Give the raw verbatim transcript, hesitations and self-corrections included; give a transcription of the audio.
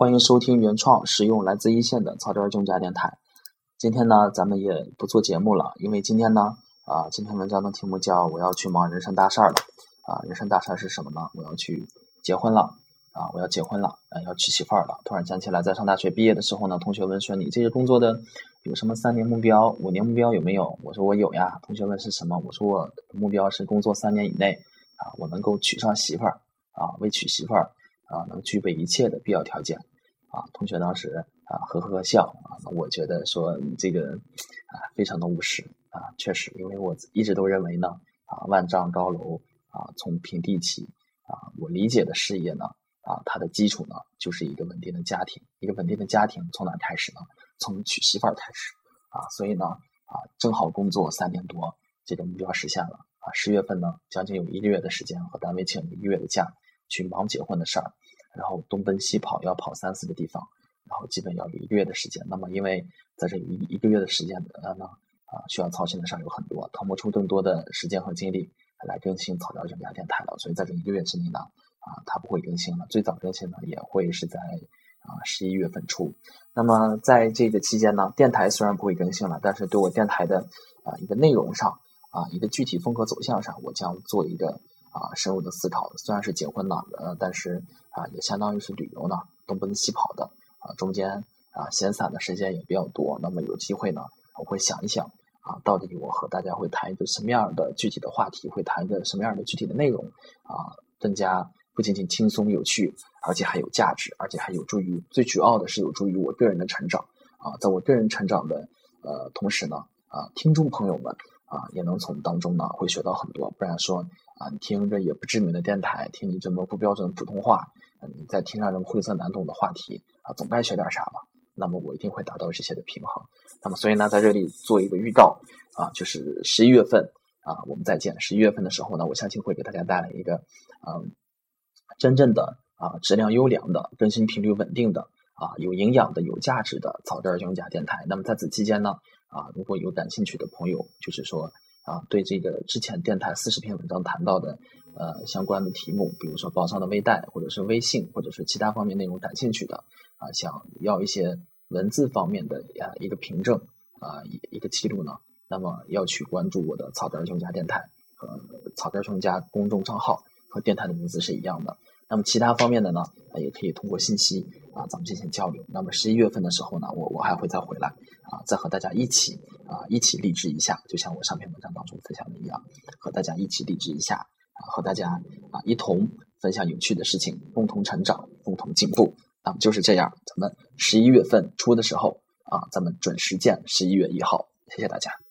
欢迎收听原创实用来自一线的草根儿家电台。今天呢，咱们也不做节目了，因为今天呢，啊，今天文章的题目叫我要去忙人生大事儿了。啊，人生大事儿是什么呢？我要去结婚了。啊，我要结婚了，啊，要娶媳妇儿了。突然想起来，在上大学毕业的时候呢，同学问说你这个工作的有什么三年目标、五年目标有没有？我说我有呀。同学问是什么？我说我的目标是工作三年以内，啊，我能够娶上媳妇儿，啊，为娶媳妇儿，啊，能具备一切的必要条件。啊，同学当时啊呵呵呵笑啊，那我觉得说你这个啊非常的务实啊，确实，因为我一直都认为呢啊万丈高楼啊从平地起啊，我理解的事业呢啊它的基础呢就是一个稳定的家庭，一个稳定的家庭从哪开始呢？从娶媳妇儿开始啊，所以呢啊正好工作三年多，这个目标实现了啊，十月份呢将近有一个月的时间和单位请了一个月的假去忙结婚的事儿。然后东奔西跑，要跑三四个地方，然后基本要有一个月的时间。那么，因为在这一一个月的时间呃呢啊，需要操心的事儿有很多，腾不出更多的时间和精力来更新草料这家电台了。所以在这一个月之内呢，啊，它不会更新了。最早更新呢，也会是在啊十一月份初。那么在这个期间呢，电台虽然不会更新了，但是对我电台的啊一个内容上啊一个具体风格走向上，我将做一个啊深入的思考。虽然是结婚了，呃，但是啊，也相当于是旅游呢，东奔西跑的啊，中间啊闲散的时间也比较多。那么有机会呢，我会想一想啊，到底我和大家会谈一个什么样的具体的话题，会谈一个什么样的具体的内容啊，更加不仅仅轻松有趣，而且还有价值，而且还有助于，最主要的是有助于我个人的成长啊，在我个人成长的呃同时呢，啊，听众朋友们啊也能从当中呢会学到很多，不然说啊，你听着也不知名的电台，听你这么不标准的普通话。你再听上这么晦涩难懂的话题啊，总该学点啥吧？那么我一定会达到这些的平衡。那么所以呢，在这里做一个预告啊，就是十一月份啊，我们再见。十一月份的时候呢，我相信会给大家带来一个嗯真正的啊质量优良的、更新频率稳定的啊有营养的、有价值的草根儿用家电台。那么在此期间呢啊，如果有感兴趣的朋友，就是说啊对这个之前电台四十篇文章谈到的。呃，相关的题目，比如说宝藏的微贷，或者是微信，或者是其他方面内容感兴趣的啊，想要一些文字方面的啊一个凭证啊一一个记录呢，那么要去关注我的草根用家电台和草根用家公众账号，和电台的名字是一样的。那么其他方面的呢，啊、也可以通过信息啊咱们进行交流。那么十一月份的时候呢，我我还会再回来啊，再和大家一起啊一起励志一下，就像我上篇文章当中分享的一样，和大家一起励志一下。和大家啊一同分享有趣的事情，共同成长，共同进步啊，就是这样。咱们十一月份初的时候啊，咱们准时见，十一月一号，谢谢大家。